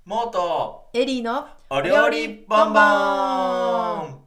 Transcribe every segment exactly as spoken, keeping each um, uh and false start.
モーとエリーのお料理ボンボン。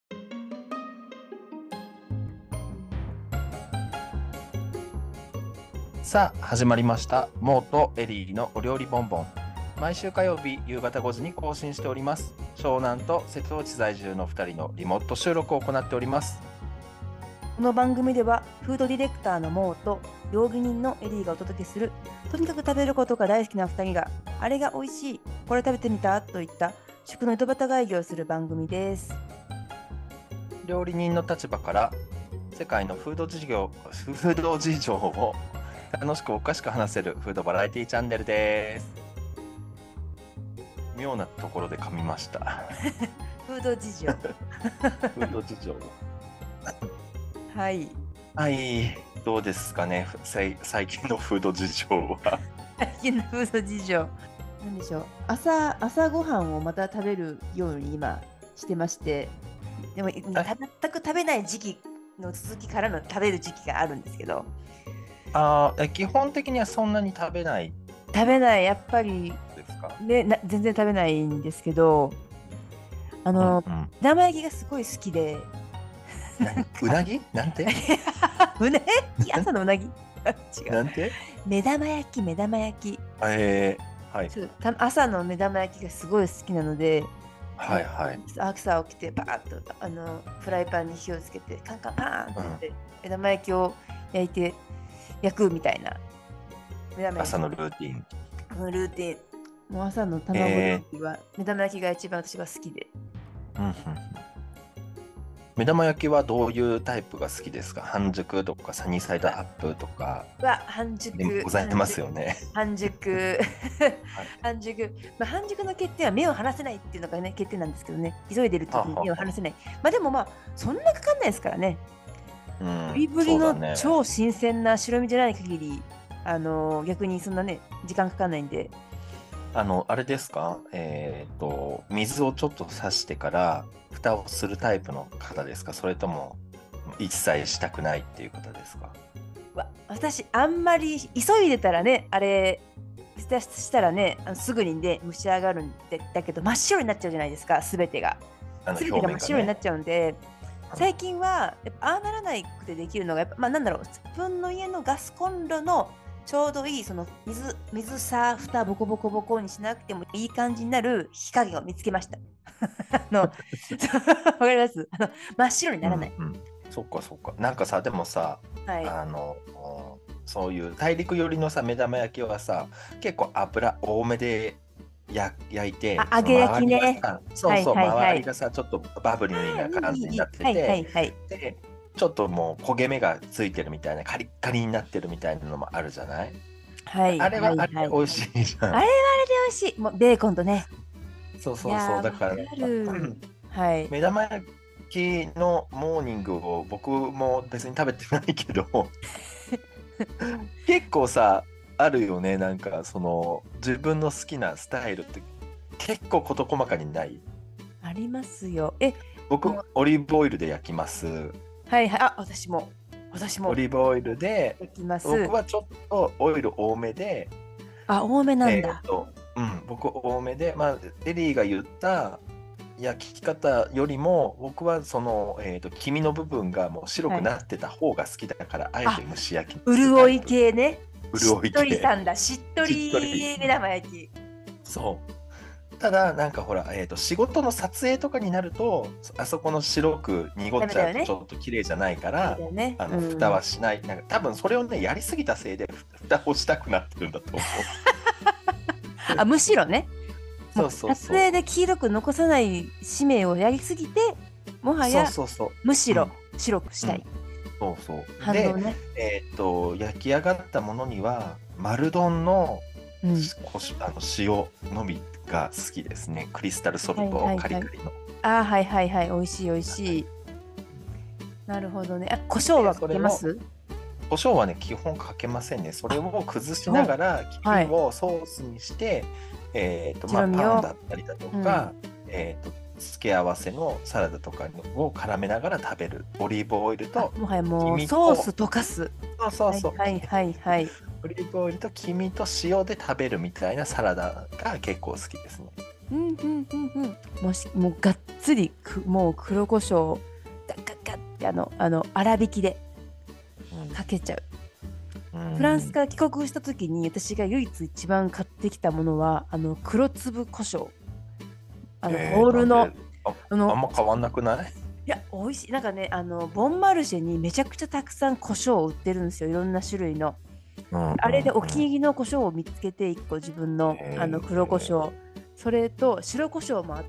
さあ始まりましたモーとエリーのお料理ボンボン。毎週火曜日夕方ごじに更新しております。湘南と瀬戸内在住のふたりのリモート収録を行っております。 この番組ではフードディレクターのモーと料理人のエリーがお届けする、とにかく食べることが大好きなふたりが、あれが美味しい、これ食べてみたといった食の井戸端会議をする番組です。 料理人の立場から世界のフード事業フード事情を楽しくおかしく話せるフードバラエティチャンネルです。妙なところで噛みましたフード事情フード事情はいはいどうですかね、最最近のフード事情は最近のフード事情なんでしょう。朝朝ごはんをまた食べるように今してまして、でも全く食べない時期の続きからの食べる時期があるんですけど、 あー基本的にはそんなに食べない食べないやっぱりですか？ ね、な全然食べないんですけど、あの、 うんうん、 目玉焼きがすごい好きで。 うなぎなんてうなぎ朝のうなぎ違う。 なんて目玉焼き目玉焼き、 えー、はいそうた朝の目玉焼きがすごい好きなので、 はいはい、 朝起きてパーッとあのフライパンに火をつけてカンカンパーンってやって、うん、目玉焼きを焼いて焼くみたいな目玉焼き朝のルーティンルーティンもう朝の卵焼きは、えー、目玉焼きが一番私は好きで、 うんうん、目玉焼きはどういうタイプが好きですか？半熟とかサニーサイドアップとかは半熟でもございますよね。 半熟半熟、まあ、半熟の欠点は目を離せないっていうのがね欠点なんですけどね、急いでる時に目を離せない。まあでもまあそんなかかんないですからね。ブリブリの超新鮮な白身じゃない限り、あのー、逆にそんなね時間かかんないんで。 あのあれですか、えー、と水をちょっとさしてから蓋をするタイプの方ですか？それとも一切したくないっていう方ですか？ わ私あんまり急いでたらね、あれ蓋したらねあのすぐにね蒸し上がるんで、だけど真っ白になっちゃうじゃないですか。すべてがすべてが真っ白になっちゃうんで、最近はやっぱああならないくてできるのがやっぱ、まあ、なんだろう、自分の家のガスコンロのちょうどいいその 水, 水さ蓋ボコボコボコにしなくてもいい感じになる火加減を見つけましたあのわかりますあの真っ白にならない、 うんうん、そっかそっか。なんかさでもさ、はい、あのそういう大陸寄りのさ目玉焼きはさ結構油多めでや焼いて、 揚げ焼きね、 そうそう、はいはいはい、周りがさちょっとバブリーな感じになってて、はいはいはい、でちょっともう焦げ目がついてるみたいな、カリッカリになってるみたいなのもあるじゃない？はい、あれはあれで美味しいじゃん。 あれはあれで美味しい。もうベーコンとね。 そうそうそう、だから、 はい、 目玉焼きのモーニングを僕も別に食べてないけど結構さあるよね。なんかその自分の好きなスタイルって結構事細かにない？ ありますよ。え僕オリーブオイルで焼きます。 はいはい、あ、私も私もオリーブオイルで焼きます。 僕はちょっとオイル多めで、 あ、多めなんだ。 えーとうん、僕多めで、まあ、エリーが言った焼き方よりも僕はその、えーと黄身の部分がもう白くなってた方が好きだから、はい、あえて蒸し焼き。 潤い系ね。 潤い系。しっとりさんだ、しっとり目玉焼き。 そうただなんかほら、えーと仕事の撮影とかになるとあそこの白く濁っちゃうとちょっと綺麗じゃないから、ね、あの、うん、蓋はしない。なんか多分それをねやりすぎたせいで蓋をしたくなってるんだと思うあ、むしろね、 そうそうそう、 撮影で黄色く残さない使命をやりすぎて、もはやそうそうそう、 むしろ白くしたい、 うんうん、そうそう、ね、で、えー、と焼き上がったものには丸丼の、うん、あの塩のみが好きですね。クリスタルソルト、はいはいはい、カリカリの。 あ、はいはいはい、美味しい美味しい。なるほどね。あ、胡椒はかけます？ 胡椒はね基本かけませんね。それを崩しながら黄身をソースにして、はい、えーとまあ、パンだったりだとか、うん、えーと付け合わせのサラダとかを絡めながら食べる。オリーブオイルともはやもうソース溶かす。 そうそうそう、 はいはいはい、 オリーブオイルと黄身と塩で食べるみたいなサラダが結構好きですね。 うんうんうんうん。もしもうがっつりくもう黒胡椒ガッガッガッってあのあの粗挽きでかけちゃう。うん、フランスから帰国した時に私が唯一一番買ってきたものはあの黒粒胡椒。あのホールの、 あ, あのあんま変わんなくない？ いや美味しい。なんかね、あのボンマルシェにめちゃくちゃたくさん胡椒を売ってるんですよ。いろんな種類の、うんうんうん、あれでお気に入りの胡椒を見つけていっこ自分のあの黒胡椒、それと白胡椒もあって、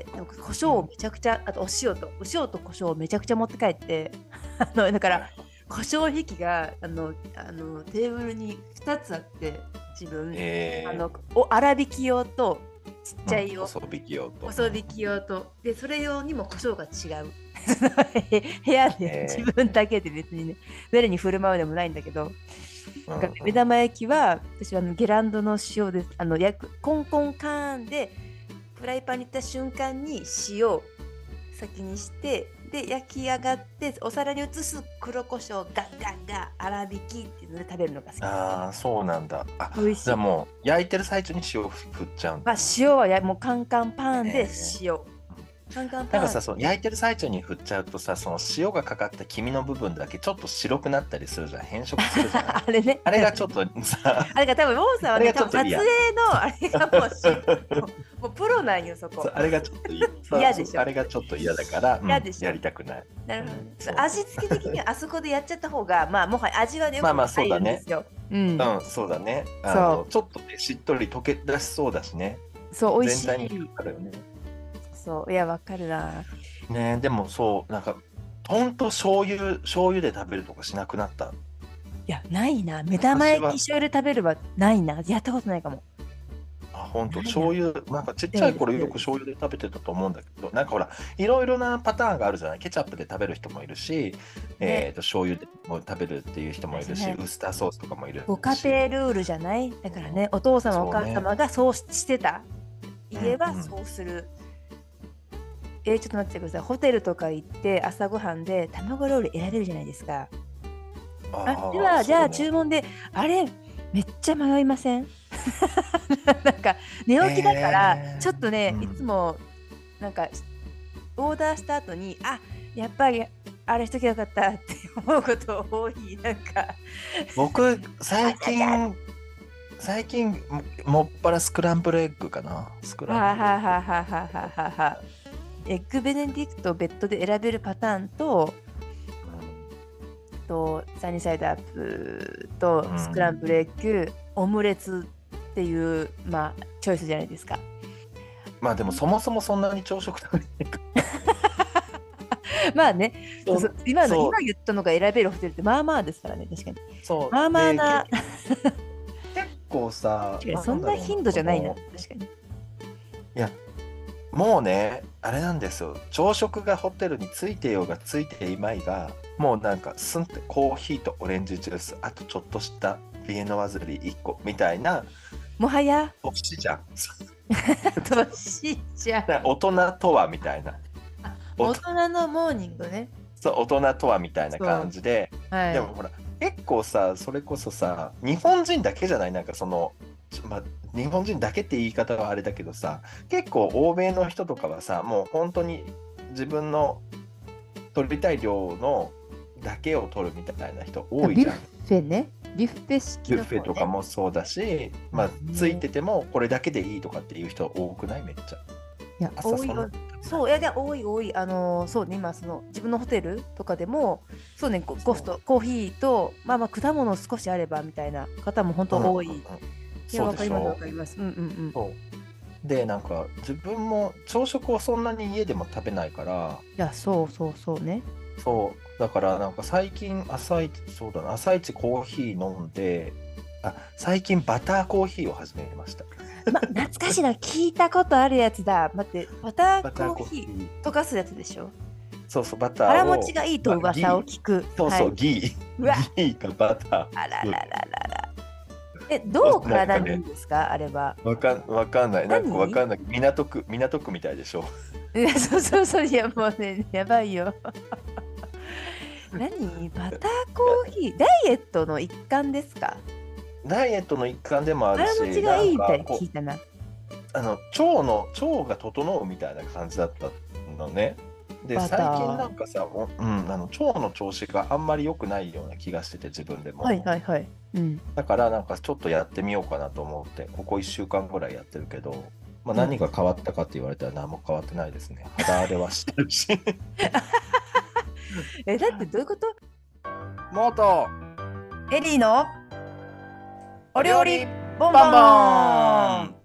なんか胡椒をめちゃくちゃ、あとお塩とお塩と胡椒をめちゃくちゃ持って帰ってあのだから胡椒引きがあのあのテーブルにふたつあって、自分、えー、あのお粗挽き用とちっちゃい用、 細引き用と細引き用とで、それ用にも胡椒が違う部屋で自分だけで別にね、誰に振る舞うでもないんだけど、なんか目玉焼きは私はあのゲランドの塩で、あの焼くコンコンカーンでフライパンに行った瞬間に塩を先にして、で焼き上がってお皿に移す黒胡椒ガッガッガッ粗挽きっていうので食べるのが好き。 ああ、そうなんだ。あ、美味しい。じゃあもう焼いてる最中に塩振っちゃうんだ。 まあ、塩はやもうカンカンパンで塩、 カンカンパンなんかさ、その焼いてる最中に振っちゃうとさ、その塩がかかった黄身の部分だけちょっと白くなったりするじゃん。変色するじゃん。あれね、あれがちょっとさ、 あれが多分ウォーさんはね、撮影のあれがもうもうもうプロなんよそこ。 あれがちょっと嫌でしょ。あれがちょっと嫌だから、嫌でしょ、やりたくない。 なるほど。味付け的にはあそこでやっちゃった方が、まあもはや味はね、まあまあそうだね。 うん、そうだね。あのちょっとねしっとり溶け出しそうだしね。 そう美味しい。 全体にかかるよね。 そういやわかるな。 ね、でもそうなんかほんと醤油醤油で食べるとかしなくなった。いやないな、目玉焼き醤油で食べるはないな、やったことないかも。 あ、ほんと醤油なんかちっちゃい頃よく醤油で食べてたと思うんだけど、なんかほらいろいろなパターンがあるじゃない。ケチャップで食べる人もいるし、ね、えっと醤油でも食べるっていう人もいるし、ね、ウスターソースとかもいるし。 ご家庭ルールじゃない。だからね、お父様お母様がそうしてた家はそうする。うんうん、えー、ちょっと待ってください。ホテルとか行って朝ごはんで卵料理選べるじゃないですか。あ、ではじゃあ注文で、あれめっちゃ迷いません？なんか寝起きだからちょっとね、えー、いつもなんかオーダーした後に、あ、やっぱりあれしときゃよかったって思うこと多い。なんか僕最近最近もっぱらスクランブルエッグかな。スクランブルエッグ。ははははははは。 エッグベネディクトを別途で選べるパターンと、うん、とサニーサイドアップとスクランブルエッグ、うん、オムレツっていう、まあ、チョイスじゃないですか。 まあでもそもそもそんなに朝食食べないからまあね、そうそう今の今言ったのが選べるホテルってまあまあですからね。確かにそうまあまあな結構さそんな頻度じゃないな。確かに。いやもうね、あれなんですよ。朝食がホテルについてようがついていまいが、もうなんかスンってコーヒーとオレンジジュース、あとちょっとしたビエノワズリーいっこみたいな、 もはや年じゃん。 年じゃん。 大人とはみたいな。 大人のモーニングね。 そう、大人とはみたいな感じで、はい、でもほら結構さ、それこそさ、日本人だけじゃない、なんかその、まあ、日本人だけって言い方はあれだけどさ、結構欧米の人とかはさ、もう本当に自分の取りたい量のだけを取るみたいな人多いじゃん。 ビュッフェね、ビュッフェ式の、 ね、ビュッフェとかもそうだし、まあ、ついててもこれだけでいいとかっていう人多くない？めっちゃ。 いや、多いよ。そう、いや、で多い多い。あのー、そうね、今その自分のホテルとかでも、そうね、ゴスト、コーヒーと、まあまあ果物少しあればみたいな方も本当多い。うんうんうん、いや、わかります、わかります。うんうんうん。 そうで、なんか自分も朝食をそんなに家でも食べないから。 いや、そうそうそうね。 そう、だからなんか最近朝一、そうだな、朝一コーヒー飲んで、あ、最近バターコーヒーを始めました。 ま、懐かしいな、聞いたことあるやつだ。待って、バターコーヒー溶かすやつでしょ。 そうそう、バターを。 腹持ちがいいと噂を聞く。 そうそう、はい、ギー。ギーかバター。 あららららら。え、どう体にいいんですか、ね、あれは。 わかん、わかんない。なんかわかんない。港区、港区みたいでしょ。 いやそうそうそう、いやもうね、やばいよ。何バターコーヒー、ダイエットの一環ですか？ ダイエットの一環でもあるし、 腹持ちがいいみたいに聞いたな。 あの腸の腸が整うみたいな感じだったのね。で最近なんかさ、うん、あの腸の調子があんまり良くないような気がしてて、自分でも。 はいはいはい。うん、 だからなんかちょっとやってみようかなと思ってここいっしゅうかんぐらいやってるけど、まあ、何が変わったかって言われたら何も変わってないですね。肌荒れはしてるし。 え、だってどういうこと？ 元エリーのお料理ボンボンバンバン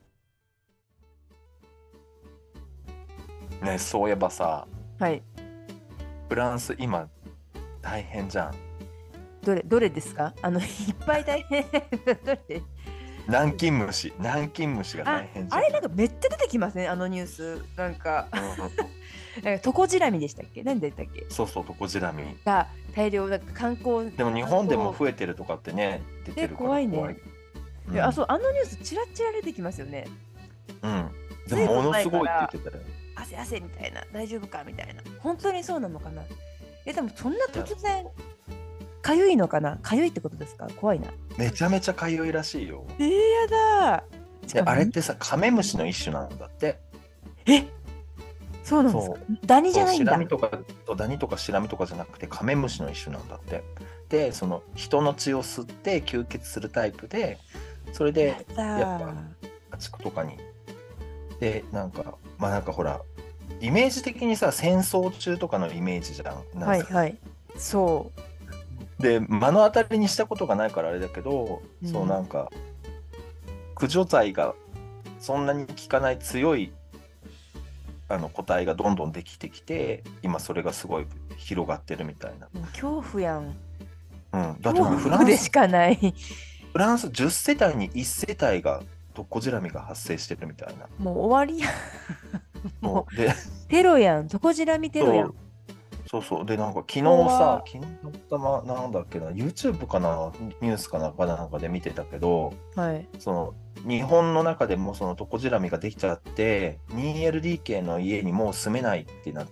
ね、そういえばさ、 はい、 フランス今大変じゃん。 どれどれですか？あのいっぱい大変。どれ？ 南京虫、南京虫が大変じゃん。 あ, あれなんかめっちゃ出てきますね、あのニュース。なんか、なんかトコジラミでしたっけ？何でしたっけ？ そうそう、トコジラミが大量、なんか観光。 でも日本でも増えてるとかってね、出てるから怖いね。 怖いうん、あ、そう、あのニュースチラチラ出てきますよね。 うん。でもものすごいって言ってたよ。 汗汗みたいな、大丈夫かみたいな。本当にそうなのかな？え、でもそんな突然かゆいのかな？かゆいってことですか？怖いな。 めちゃめちゃかゆいらしいよ。 えー、やだであれってさ、カメムシの一種なんだって。 え、そうなんですか？ダニじゃないんだ。 シラミとかダニとかシラミとかじゃなくてカメムシの一種なんだって。でその人の血を吸って吸血するタイプで、それでやっぱ家畜とかにでなんかまあなんかほらイメージ的にさ、戦争中とかのイメージじゃん。 はいはい、そうで目の当たりにしたことがないからあれだけど、うん、そうなんか駆除剤がそんなに効かない強いあの個体がどんどんできてきて、今それがすごい広がってるみたいな。 もう恐怖やん。 うん、だってフランスでしかない。 フランスじゅっせたいにいちせたいがトコジラミが発生してるみたいな。 もう終わりやん。もうでテロやん、トコジラミテロやん。 そうそうでなんか昨日さ、昨日たまなんだっけな、 YouTube かな、ニュースかなんかなんかで見てたけど、 はい、 その日本の中でもそのトコジラミができちゃって にエルディーケー の家にもう住めないってなって、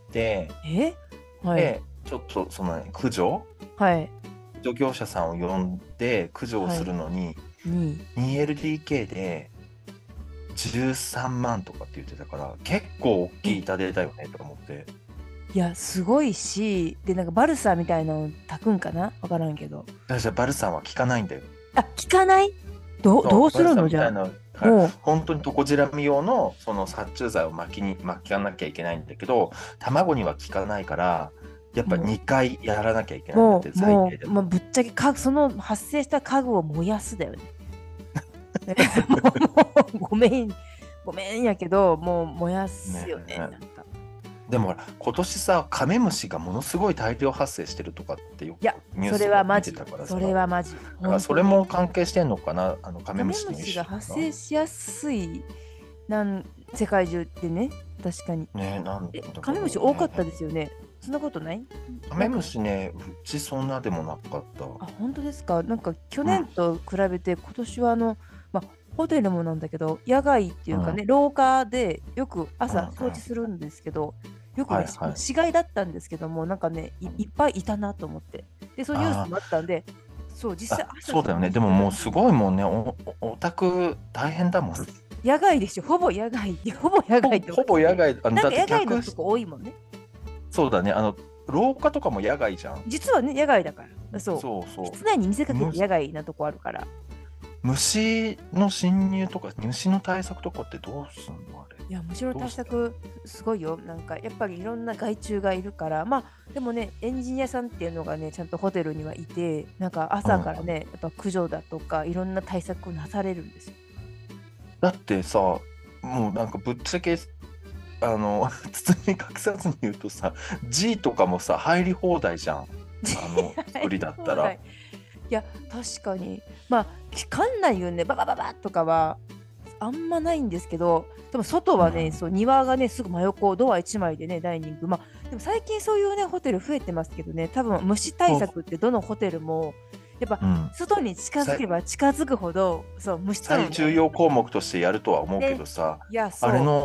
え、はい、 でちょっとその駆除、 はい、 駆除業者さんを呼んで駆除をするのに、はい、にエルディーケー でじゅうさんまんとかって言ってたから、結構大きい痛手だよねと思って。 いやすごいし、でなんかバルサみたいなの炊くんかな、分からんけど。 じゃあバルサは効かないんだよ。 あ、効かない？どどうするのじゃあ。 はい、本当にトコジラミ用のその殺虫剤を巻きに巻かなきゃいけないんだけど、卵には効かないからやっぱにかいやらなきゃいけないんだって。最低でも。 もうぶっちゃけかその発生した家具を燃やすだよね。もうごめんごめんやけどもう燃やすよね。ね、なんかでも今年さ、カメムシがものすごい大量発生してるとかってよくニュースで見てたからさ。 それはマジ。 だからそれも関係してんのかな、あのカメムシの一種が発生しやすいなん世界中ってね、確かに。 ね、なんえカメムシ多かったですよね。そんなことない？ カメムシね、うちそんなでもなかった。 あ、本当ですか？なんか去年と比べて今年はあの、まあホテルもなんだけど野外っていうかね、うん、廊下でよく朝掃除するんですけど、うん、よくね、はいはい、死骸だったんですけども、なんかね い, いっぱいいたなと思って、でそういうニュースもあったんで、そう実際朝そうだよね。でももうすごいもんね、おお宅大変だもん。 野外でしょ、ほぼ野外ほぼ野外ほぼ野外。 あのなんか野外のとこ多いもんね。 そうだね、あの廊下とかも野外じゃん。 実はね野外だから、そうそうそう、 室内に見せかけて野外なとこあるから。 虫の侵入とか虫の対策とかってどうすんのあれ？ いや虫の対策すごいよ。なんかやっぱりいろんな害虫がいるから、まあでもねエンジニアさんっていうのがねちゃんとホテルにはいて、なんか朝からね、うん、やっぱ駆除だとかいろんな対策をなされるんですよ。 だってさ、もうなんかぶっちゃけあの包み隠さずに言うとさ、 G とかもさ入り放題じゃん、あの作りだったら。 いや確かに、まあ館内よねババババとかはあんまないんですけど、でも外はね、うん、そう庭がねすぐ真横、ドアいちまいでねダイニング、まあでも最近そういうねホテル増えてますけどね、多分虫対策ってどのホテルもやっぱ、うん、外に近づけば近づくほどそう虫最重要項目としてやるとは思うけどさ、 いやあれの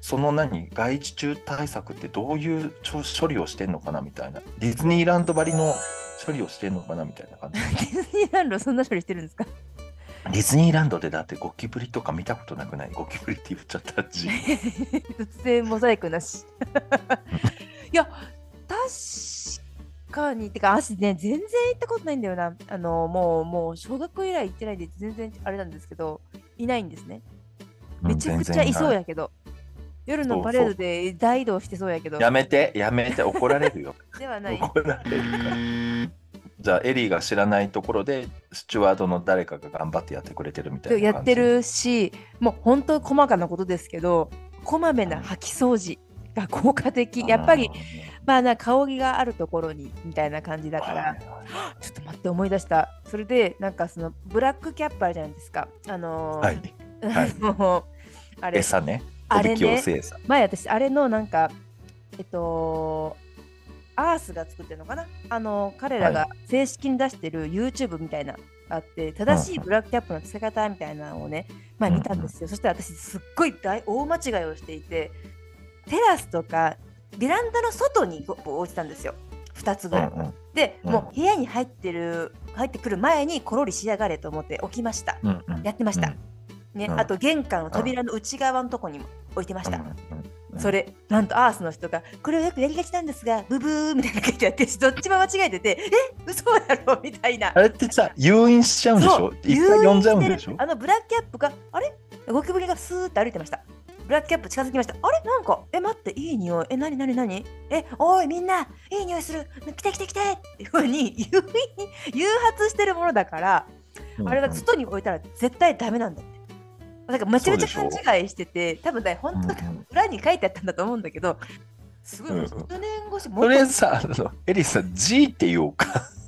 その何害虫対策ってどういう処理をしてんのかなみたいな、ディズニーランドばりの処理をしてんのかなみたいな感じ。 ディズニーランドそんな処理してるんですか？ ディズニーランドでだってゴキブリとか見たことなくない？ゴキブリって言っちゃったし突然モザイクなしいや確かに、てか私ね全然行ったことないんだよな。あのもうもう小学校以来行ってないんで全然あれなんですけど、いないんですね。めちゃくちゃいそうやけど、夜のパレードで大移動してそうやけど。 やめてやめて、怒られるよではない。 怒られるからじゃあエリーが知らないところでスチュワードの誰かが頑張ってやってくれてるみたいな感じ。 やってるし、もう本当細かなことですけど、こまめな掃き掃除が効果的。やっぱりまあな香りがあるところにみたいな感じだから、ちょっと待って思い出した。それでなんかそのブラックキャップあるじゃないですか。あのーはいはい、 もうあれ餌ね。 あれね、前私あれのなんかえっとアースが作ってるのかな、あの彼らが正式に出してる YouTube みたいなあって、正しいブラックキャップの付け方みたいなのをね、まあ見たんですよ。そしたら私すっごい大大間違いをしていて、テラスとかベランダの外に置いてたんですよ、ふたつぐらい、うんうん、で、うん、もう部屋に入ってる入ってくる前にコロリしやがれと思って置きました、うんうん、やってました、うんね、うん、あと玄関の扉の内側のとこにも置いてました、うんうん、それなんとアースの人がこれをよくやりがちなんですがブブーみたいな書いてあって、どっちも間違えててえ嘘だろみたいな。 あれってさ誘引しちゃうんでしょ、一回呼んじゃうんでしょ。 あのブラックキャップがあれゴキブリがスーッと歩いてました。ブラックキャップ近づきました。あれなんかえ待っていい匂い、えなになになに、えおいみんないい匂いする、来て来て来てっていう風に誘引誘発してるものだから、うんうん、あれが外に置いたら絶対ダメなんだって。なんかめちゃめちゃ勘違いしてて、多分ね本当に裏に書いてあったんだと思うんだけど、すごい、うん、じゅうねんごしもとりあえずさ、あのエリさん G って言おうか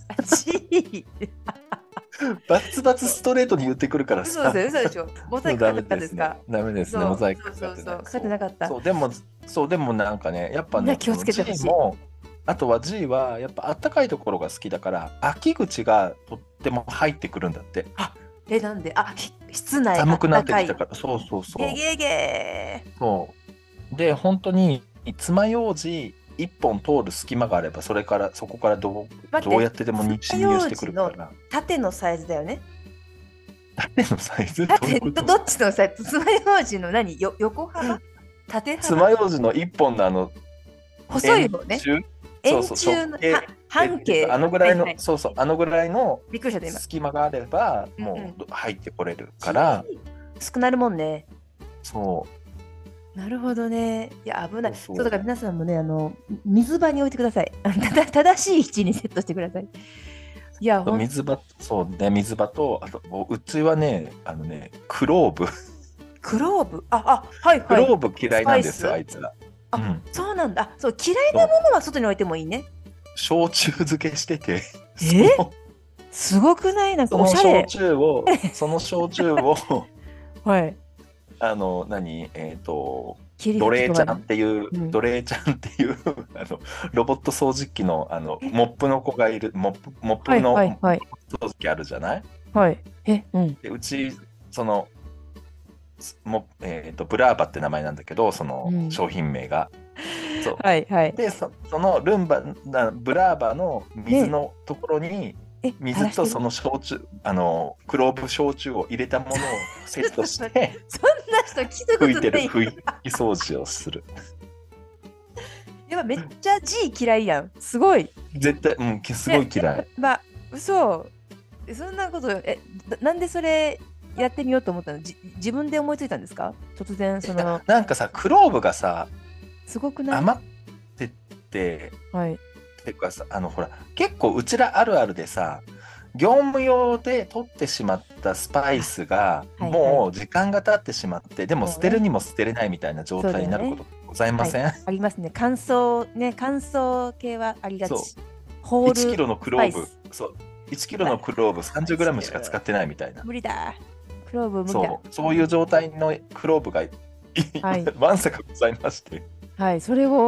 G バツバツストレートに言ってくるからさ。 嘘ですよ、嘘でしょ。モザイクかかったんですか？ ダメですね、モザイクかかってない。かかってなかった。 そう、でも、そう、でもなんかね、やっぱね、 気をつけてほしい。 もあとは G はやっぱ暖かいところが好きだから、秋口がとっても入ってくるんだって。 あ、え、なんで？あ、室内寒くなってきたから、そうそうそう。 ゲゲゲー。 そう。で、本当に爪楊枝一本通る隙間があれば、それからそこからどうどうやってでも侵入してくるから。 縦のサイズだよね。 縦のサイズ？ 縦どどっちのサイズ？爪楊枝の何？よ横幅？縦幅？ 爪楊枝の一本のあの細い方ね。円柱の半径あのぐらいの、はいはい、そうそうあのぐらいの隙間があればもう入ってこれるから、 うんうん、少なるもんね。 そうなるほどね。いや危ない。そうだから皆さんもね、あの水場に置いてください。正しい位置にセットしてください。いや水場、そうね、水場と、あとうちはね、あのねクローブ。 クローブ、ああはいはい。 クローブ嫌いなんですよあいつら。 あ、うん、そうなんだ。そう嫌いなものは外に置いてもいいね。 焼酎漬けしてて。 え？すごくない？なんかおしゃれ。 その焼酎をその焼酎をはい。 あの何えっ、ー、と奴隷ちゃんっていう、うん、奴隷ちゃんっていうあのロボット掃除機のあのモップの子がいる、モップモップの掃除機あるじゃない？ はい。え、うん。 でうちそのもえー、とブラーバって名前なんだけど、その商品名が、 うん、そうはいはい、 で そ, そのルンバブラーバの水のところに、ね、水とその焼酎あのクローブ焼酎を入れたものをセットしてそんな人聞いたことない。 拭いてる拭き掃除をする。 やっぱめっちゃ G 嫌いやん。すごい絶対、うん、すごい嫌い。 まあ嘘、そんなことえなんでそれやってみようと思ったの？じ自分で思いついたんですか？突然そのなんかさクローブがさすごくない？ 余ってて、 はい、 ていうかさあのほら結構うちらあるあるでさ業務用で取ってしまったスパイスがもう時間が経ってしまって、はいはい、でも捨てるにも捨てれないみたいな状態になることございません？ ねはい、ありますね。乾燥ね乾燥系はありがち。 ホールいちキロのクローブそういちキロのクローブ さんじゅうグラム しか使ってないみたいな。 無理だ。クローブ無理だ。 そうそういう状態のクローブが、はい、わんさかございまして。 はいそれを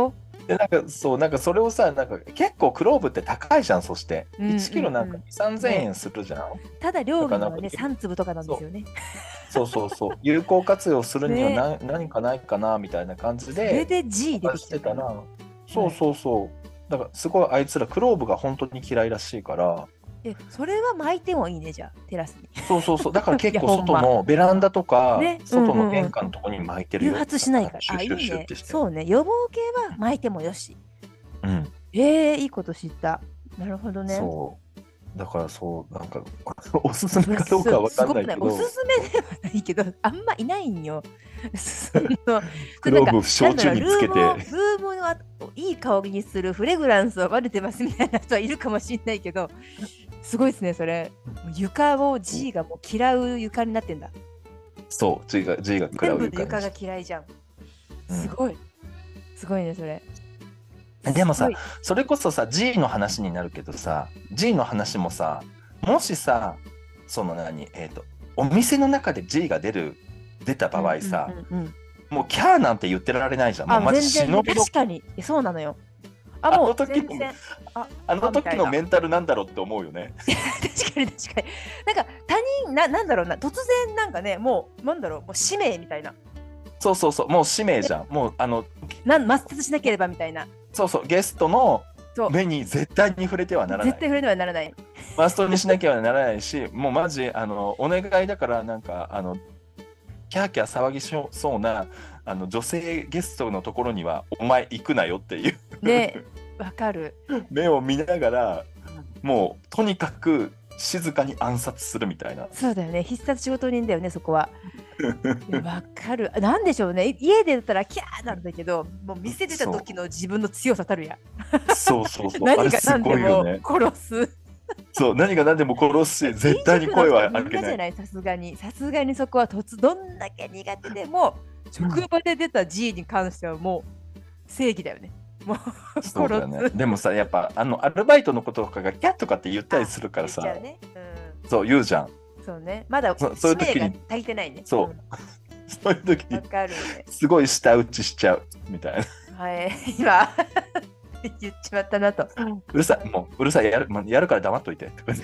でなんかそうなんかそれをさなんか結構クローブって高いじゃん。そしていちキロなんかに、さんぜんえんするじゃん、ね、 ただ料理はねさん粒とかなんですよね。 そうそうそうそう有効活用するにはな、ね、何かないかなみたいな感じでそれで G 出てきてたな。そうそうそう、はい、だからすごいあいつらクローブが本当に嫌いらしいから。 えそれは巻いてもいいねじゃあテラスに。 そうそうそうだから結構外のベランダとか、ね、外の玄関のところに巻いてるよ。 誘発しないから。あいいね。そうね予防系は巻いてもよし。うん。えー、いいこと知った。なるほどね。 そうだからそうなんかおすすめかどうかは分かんないけど。 おすすめではないけどあんまいないんよ。 クローブ焼酎につけてルームのいい香りにするフレグランスを混ぜてますみたいな人はいるかもしれないけどすごいですねそれ。床を G がもう嫌う床になってんだ。 そう G が G が嫌う床。 全部床が嫌いじゃん。すごい、うん、すごいねそれ。 でもさそれこそさ G の話になるけどさ G の話もさもしさその何えっ、ー、とお店の中で G が出る出た場合さ、うんうんうんうん、もうキャーなんて言ってられないじゃん。もうマジ死のびろ。 確かにそうなのよ。あもうあの時のああの時のメンタルなんだろうって思うよね。 確かに確かに。なんか他人ななんだろうな突然なんかねもうなんだろうもう使命みたいな。 そうそうそうもう使命じゃん。もうあのなん抹殺しなければみたいな。 そうそうゲストの目に絶対に触れてはならない。 絶対触れてはならない。 マストにしなきゃならないしもうマジあのお願いだからなんかあのキャーキャー騒ぎしそうなあの女性ゲストのところにはお前行くなよっていうねわかる。 目を見ながらもうとにかく静かに暗殺するみたいな。 そうだよね必殺仕事人だよねそこは。わかる。なんでしょうね家でだったらキャーなんだけどもう店出た時の自分の強さたるや。 そうそうそう何が何でも殺す。 そう何が何でも殺すし絶対に声は上げない。 さすがにさすがにそこは突どんだけ苦手でも職場で出た G に関してはもう正義だよね。もうそうだよね。でもさやっぱあのアルバイトのこととかがキャッとかって言ったりするからさ、ねうん、そう言うじゃん。 そうねまだそういう時に足りてないね。 そう、うん、そういう時にかる、ね、 すごい舌打ちしちゃうみたいな。 はい今言っちまったなと。 うるさいもううるさいやるやるから黙っといてとか、ね、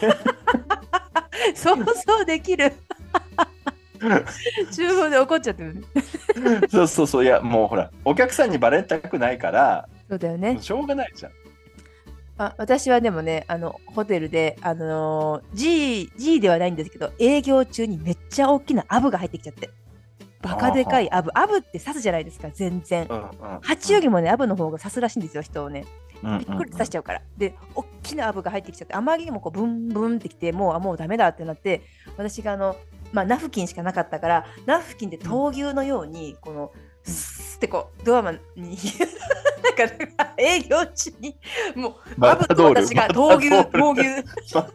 そうそうできる。厨房で怒っちゃってるね。 そうそうそういやもうほらお客さんにバレたくないからそうだよねしょうがないじゃん。 あ私はでもねあのホテルであのー、G, G ではないんですけど営業中にめっちゃ大きなアブが入ってきちゃってバカでかいアブアブって刺すじゃないですか全然、うんうん、蜂よりもねアブの方が刺すらしいんですよ人をねびっくり刺しちゃうから、うんうんうん、で大きなアブが入ってきちゃってあまりにもこうブンブンってきてもうあもうダメだってなって私があのまあナフキンしかなかったからナフキンで闘牛のようにこの、うん、スッてこうドアマンになんか営業中にもうアブと私が闘牛闘牛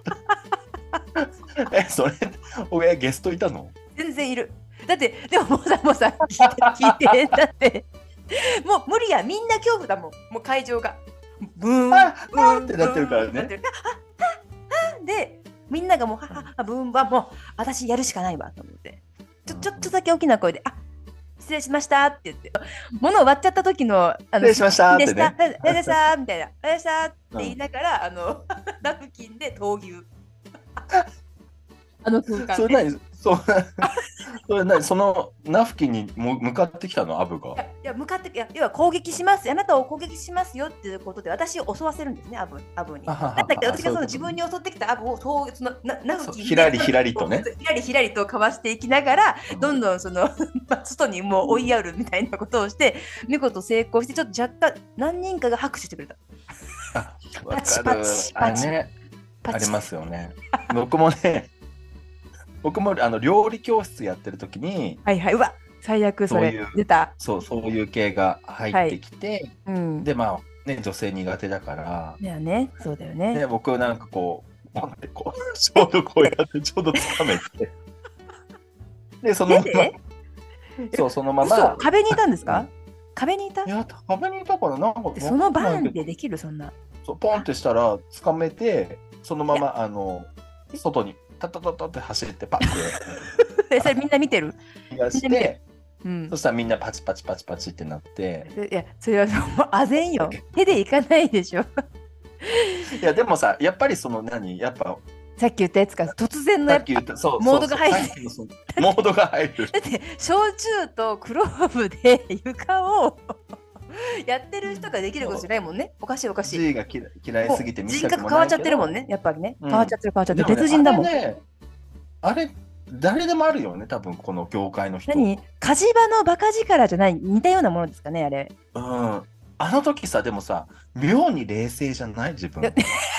えそれ俺ゲストいたの？ 全然いる。だってでももうさもうさ聞いて聞いてだってもう無理やみんな恐怖だもんもう会場がブーンブーンってなってるからね。 でみんながもうはははブーンはもう私やるしかないわと思ってちょちょっとだけ大きな声であ失礼しましたって言って物を割っちゃった時のあの失礼しましたってね失礼したみたいな失礼したって言いながら、うん、あのナプキンで闘牛あの空間それ何そうそれ何そのナフキンに向かってきたのアブが。 いや、いや向かっていや要は攻撃しますあなたを攻撃しますよっていうことで私を襲わせるんですねアブアブに。なんだけど私がその自分に襲ってきたアブをそうそのなナフキンでひらりひらりとねひらりひらりとかわしていきながらどんどんその外にもう追いやるみたいなことをして見事成功してちょっと若干何人かが拍手してくれた。 あパチパチパチねありますよね。僕もね僕もあの料理教室やってる時にはいはいうわ最悪それ出たそうそういう系が入ってきて、はいうん、でまあね女性苦手だからだよねそうだよねで僕なんかこうポンってこうちょうどこうやってちょうどつかめてでそのままそうそのまま壁にいたんですか、うん、壁にいたいや壁にいたからなんかそのバーンってできるそんなそうポンってしたらつかめてそのままあの外にタタタタって走ってパッてそれみんな見てる逃がしてうん、 そしたらみんなパチパチパチパチってなって。 いやそれはもうあぜんよ。手でいかないでしょ。 いやでもさ、やっぱりその何やっぱさっき言ったやつか突然のやっぱモードが入る。 モードが入る。 だって焼酎とクローブで床をやってる人ができることじゃないもんね。おかしいおかしい。 G が嫌いすぎて見人格変わっちゃってるもんね。やっぱりね。変わっちゃってる変わっちゃってる。 ね、 別人だもん。 あれね、あれ誰でもあるよね、多分この業界の人。 何火事場のバカ力じゃない、似たようなものですかね、あれ。 うん。あの時さ、でもさ、妙に冷静じゃない自分。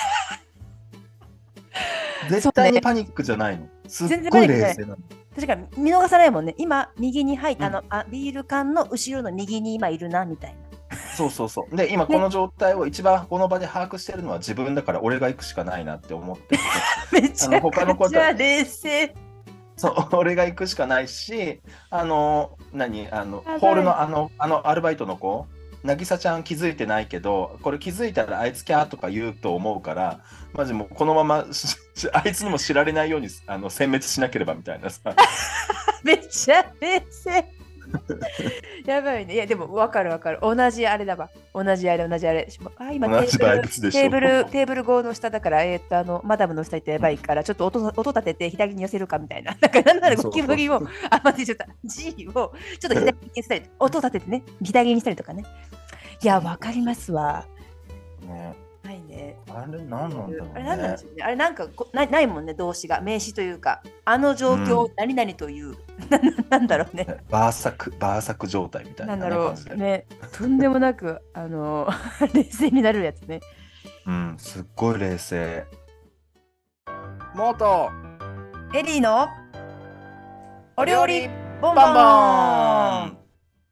絶対にパニックじゃないの。すっごい冷静なの。 確かに見逃さないもんね。今、右に入った、うん、あのあビール缶の後ろの右に今いるな、みたいな。 そうそうそう。で、今この状態を一番この場で把握してるのは自分だから、俺が行くしかないなって思ってて。 めちゃくちゃ冷静。 そう、俺が行くしかないし、あの、何、あの、ホールのあの、あのアルバイトの子、渚ちゃん気づいてないけど、これ気づいたらあいつキャーとか言うと思うから、マジもうこのままあいつにも知られないようにあの殲滅しなければみたいなさ。 めっちゃ冷静。やばいね。いやでも分かる分かる。同じあれだわ。同じあれ同じあれ。あ今同じバイブスでしょ。 テーブルテーブルごの下だから、えー、っとあのマダムの下行ってやばいから、ちょっと音音立てて左に寄せるかみたいな。なんかなんならゴキブリをあ待ってちょっと G をちょっと左にしたり、音立ててね左にしたりとかね。いや分かりますわ。 ね。 はいね。 あれ何なんだろうね。 あれ何なんでしょうね。あれなんかこ な, ないもんね動詞が名詞というかあの状況を何々という、うん、なんだろうね。 バーサクバーサク状態みたいな、ね、 なんだろうね。とんでもなくあの冷静になるやつね。 うん、すっごい冷静。モートエリーのお料理ボンボン。 ボン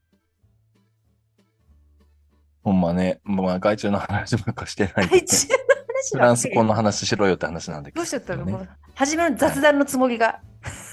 ほんまね、まあ、外注の話ばっかしてない、ね。フランス語の話しろよって話なんだけど、ね。 どうしちゃったの？初めの雑談のつもりが。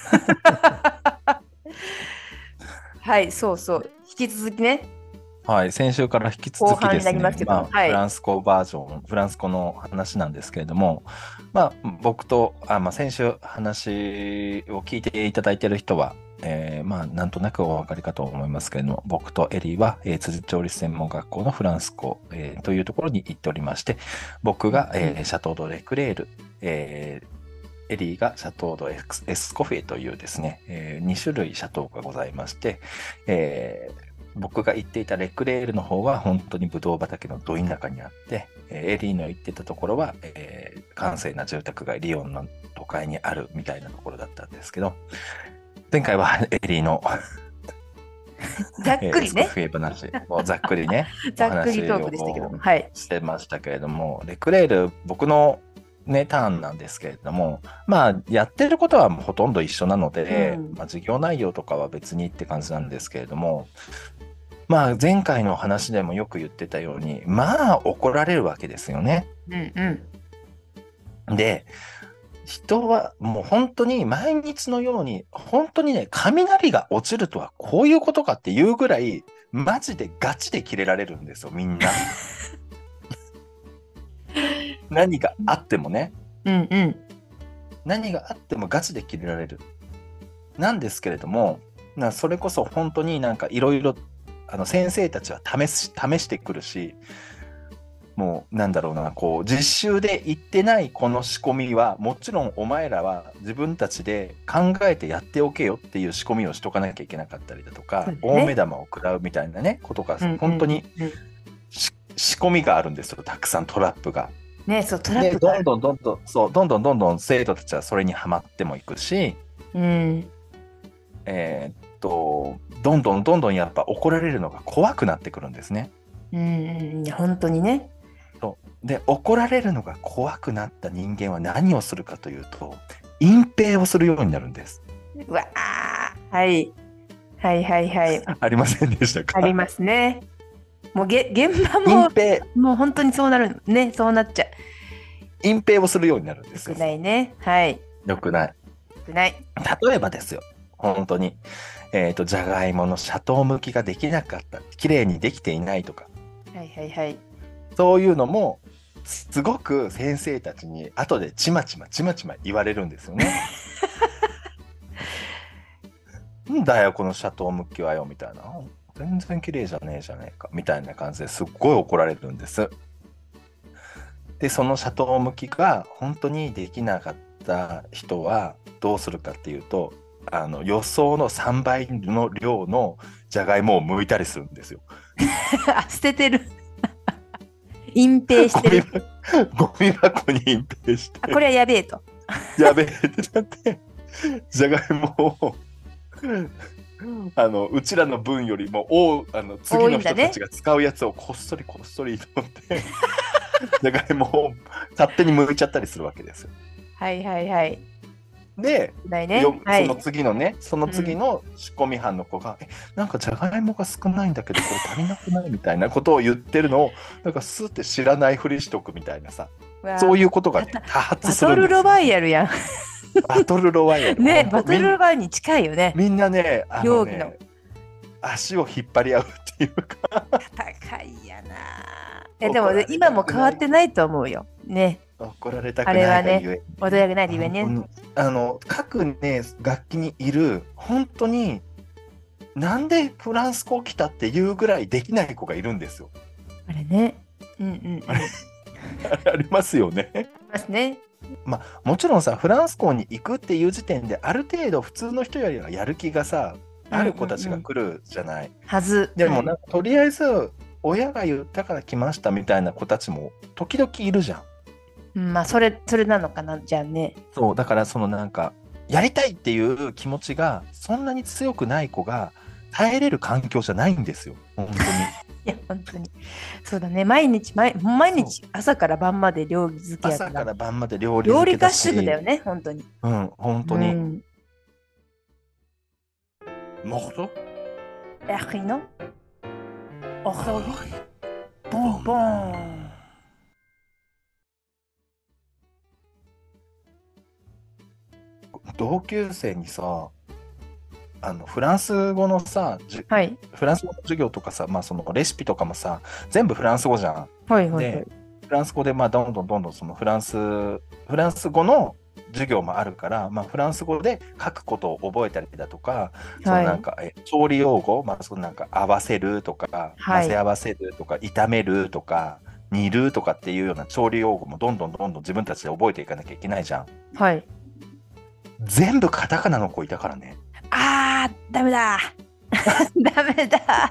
はい、そうそう。引き続きね。 はい、先週から引き続きですね、まあはい、 フランス語バージョン、フランス語の話なんですけれども、まあ、僕と、あまあ、先週話を聞いていただいている人は、えー、まあなんとなくお分かりかと思いますけれども、僕とエリーは、えー、辻調理師専門学校のフランス語、えー、というところに行っておりまして、僕が、えー、シャトードレクレール、えー、エリーがシャトードエスコフェというですね、えー、に種類シャトーがございまして、えー、僕が行っていたレクレールの方は本当にブドウ畑のど田舎にあって、エリーの行ってたところは、えー、閑静な住宅街、リヨンの都会にあるみたいなところだったんですけど、前回はエリーのざっくりね、 えー、話をざっくりねざっくりトークでしたけども、はい、 してましたけれども、レクレール僕のねターンなんですけれども、まあやってることはほとんど一緒なので、うん、まあ、授業内容とかは別にって感じなんですけれども、まあ前回の話でもよく言ってたように、まあ怒られるわけですよね。 うんうん、で人はもう本当に毎日のように本当にね、雷が落ちるとはこういうことかっていうぐらいマジでガチでキレられるんですよ、みんな。何があってもね、 うんうん、 何があってもガチでキレられるなんですけれども、なそれこそ本当になんかいろいろ先生たちは試し、試してくるし、もうなんだろうな、こう実習で言ってないこの仕込みはもちろんお前らは自分たちで考えてやっておけよっていう仕込みをしとかなきゃいけなかったりだとか、ね、大目玉を食らうみたいなねことが、うんうん、本当に仕込みがあるんですよ、たくさんトラップが。 ね、そうトラップがどんどんどんどんそうどんどんどんどん生徒たちはそれにはまってもいくし、 うん、 えー、っとどんどんどんどんやっぱ怒られるのが怖くなってくるんですね。 うん、本当にね。 で怒られるのが怖くなった人間は何をするかというと、隠蔽をするようになるんです。 うわー、はい、はいはいはいありませんでしたか？ ありますね。もうげ現場も隠蔽もう本当にそうなるね、そうなっちゃう。 隠蔽をするようになるんですよ。 よくないね。はい。 よくない。 よくない。 例えばですよ、本当に、えっとじゃがいものシャトー向きができなかった、綺麗にできていないとか。 はいはいはい。 そういうのもすごく先生たちに後でちまちまちまちま言われるんですよね。 なんだよこのシャトームッキはよみたいな、全然綺麗じゃねえじゃねえかみたいな感じですっごい怒られるんです。でそのシャトームキが本当にできなかった人はどうするかっていうと、あの予想のさんばいの量のじゃがいもを剥いたりするんですよ。 あ、捨ててる。隠蔽してる。 ゴミ箱に隠蔽して、 あ、これはやべえと。 やべえってなってじゃがいもをあのうちらの分よりもおあの次の人たちが使うやつをこっそりこっそりとってじゃがいもを勝手に剥いちゃったりするわけですよ。 はいはいはい。 で、 ね、 よはい、 その次のねその次の仕込み班の子が、うん、えなんかじゃがいもが少ないんだけどこれ足りなくないみたいなことを言ってるのをなんかスーって知らないふりしとくみたいなさ、そういうことが、ね、多発するんですよ。 バトルロワイヤルやん。 バトルロワイヤルね、バトルロワイヤルに近いよね。 みんなね、あのね、の足を引っ張り合うっていうか戦いやな。えでも今も変わってないと思うよ。ね。 怒られたくないがゆえに、 怒られたくないがゆえにね。 あの各ね楽器にいる本当になんでフランス語来たっていうぐらいできない子がいるんですよ。 あれね。うんうん、うん。 ありますよね。 ありますね。 まあもちろんさフランス校に行くっていう時点である程度普通の人よりはやる気がさある子たちが来るじゃない。うんうんうん、 はず。 でもなんかとりあえず親が言ったから来ましたみたいな子たちも時々いるじゃん。 うん、まあそれそれなのかなじゃあね。 そうだからそのなんかやりたいっていう気持ちがそんなに強くない子が耐えれる環境じゃないんですよ本当に。 いや本当にそうだね。毎日毎毎日朝から晩まで料理漬けやから。 朝から晩まで料理漬けだし。 料理合宿だよね本当に。 うん本当に。うん、もっと。 えひの。おはぎ。ボンボン。 同級生にさあのフランス語のさ、はい、フランス語の授業とかさ、まあ、そのレシピとかもさ全部フランス語じゃん。 はいはいはい、 でフランス語でまあどんどんどんどんそのフランスフランス語の授業もあるから、まあ、フランス語で書くことを覚えたりだとか、はい、そのなんかえ調理用語、まあ、そのなんか合わせるとか、はい、混ぜ合わせるとか炒めるとか煮るとかっていうような調理用語もどんどんどんどん自分たちで覚えていかなきゃいけないじゃん。 はい。 全部カタカナの子いたからね。 あーダメだダメだ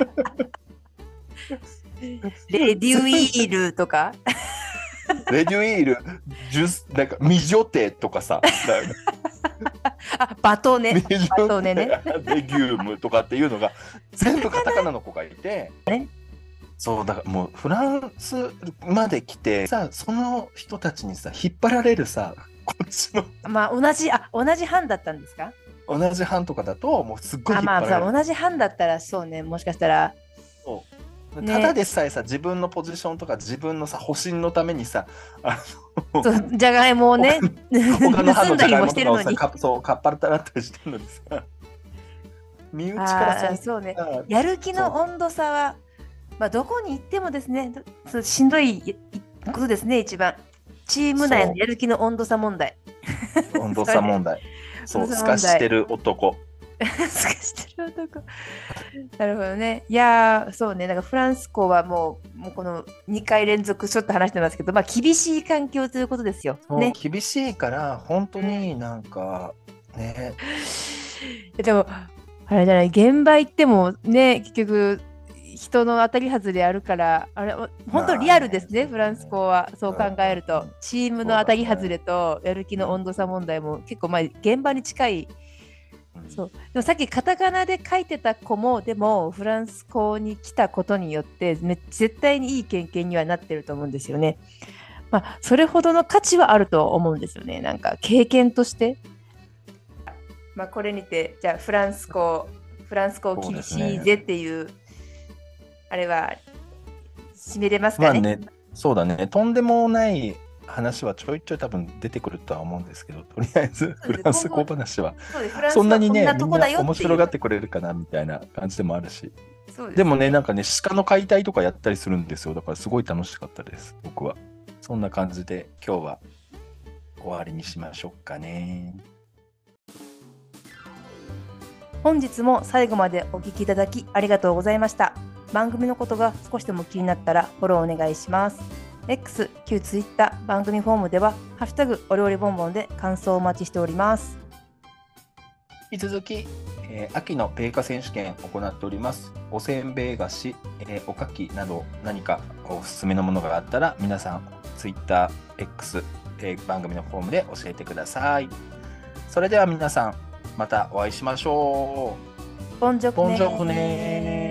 レデュイールとかレデュイールジュスなんかミジョテとかさあバトネバトネねレギュームとかっていうのが全部カタカナの子がいてそうだからもうフランスまで来てさその人たちにさ引っ張られるさこっちのまあ同じあ同じ班だったんですか。 同じ班とかだともうすっごい引っ張られる。 あまあ同じ班だったらそうねもしかしたらそうただでさえさ、ね、自分のポジションとか自分のさ保身のためにさあのそうじゃがいもをね他の班のじゃがいもとかをさかそうかっぱらったりしてるのにさ身内からそうねやる気の温度差はまあどこに行ってもですねそうしんどいことですね一番チーム内のやる気の温度差問題温度差問題そうすかしてる男すかしてる男なるほどね。いやそうねなんかフランス校はもうもうこのにかい連続ちょっと話してますけどまあ厳しい環境ということですよ、ね、 厳しいから本当になんかねでもあれじゃない現場行ってもね結局人の当たり外れあるからあれ本当リアルですね、まあ、ねフランス校はそう考えると、うん、チームの当たり外れとやる気の温度差問題も結構まあ現場に近い、うん、そうでもさっきカタカナで書いてた子もでもフランス校に来たことによって絶対にいい経験にはなってると思うんですよね。まあそれほどの価値はあると思うんですよねなんか経験として。まあこれにてじゃあフランス校フランス校厳しいぜっていうあれは締めれますかね。 まあね、そうだね。とんでもない話はちょいちょい多分出てくるとは思うんですけど、とりあえずフランス語話はそんなにねみんな面白がってくれるかなみたいな感じでもあるし。で, ね、でもねなんかね鹿の解体とかやったりするんですよ。だからすごい楽しかったです僕は。そんな感じで今日は終わりにしましょうかね。 本日も最後までお聞きいただきありがとうございました。番組のことが少しでも気になったらフォローお願いします。X、旧 Twitter、番組フォームではハッシュタグお料理ボンボンで感想をお待ちしております。 引き続き、えー、秋の米菓選手権を行っております。おせんべい菓子、えー、おかきなど何かおすすめのものがあったら皆さん Twitter、X、えー、番組のフォームで教えてください。それでは皆さんまたお会いしましょう。 ボンジョクネー。 ボンジョクネー。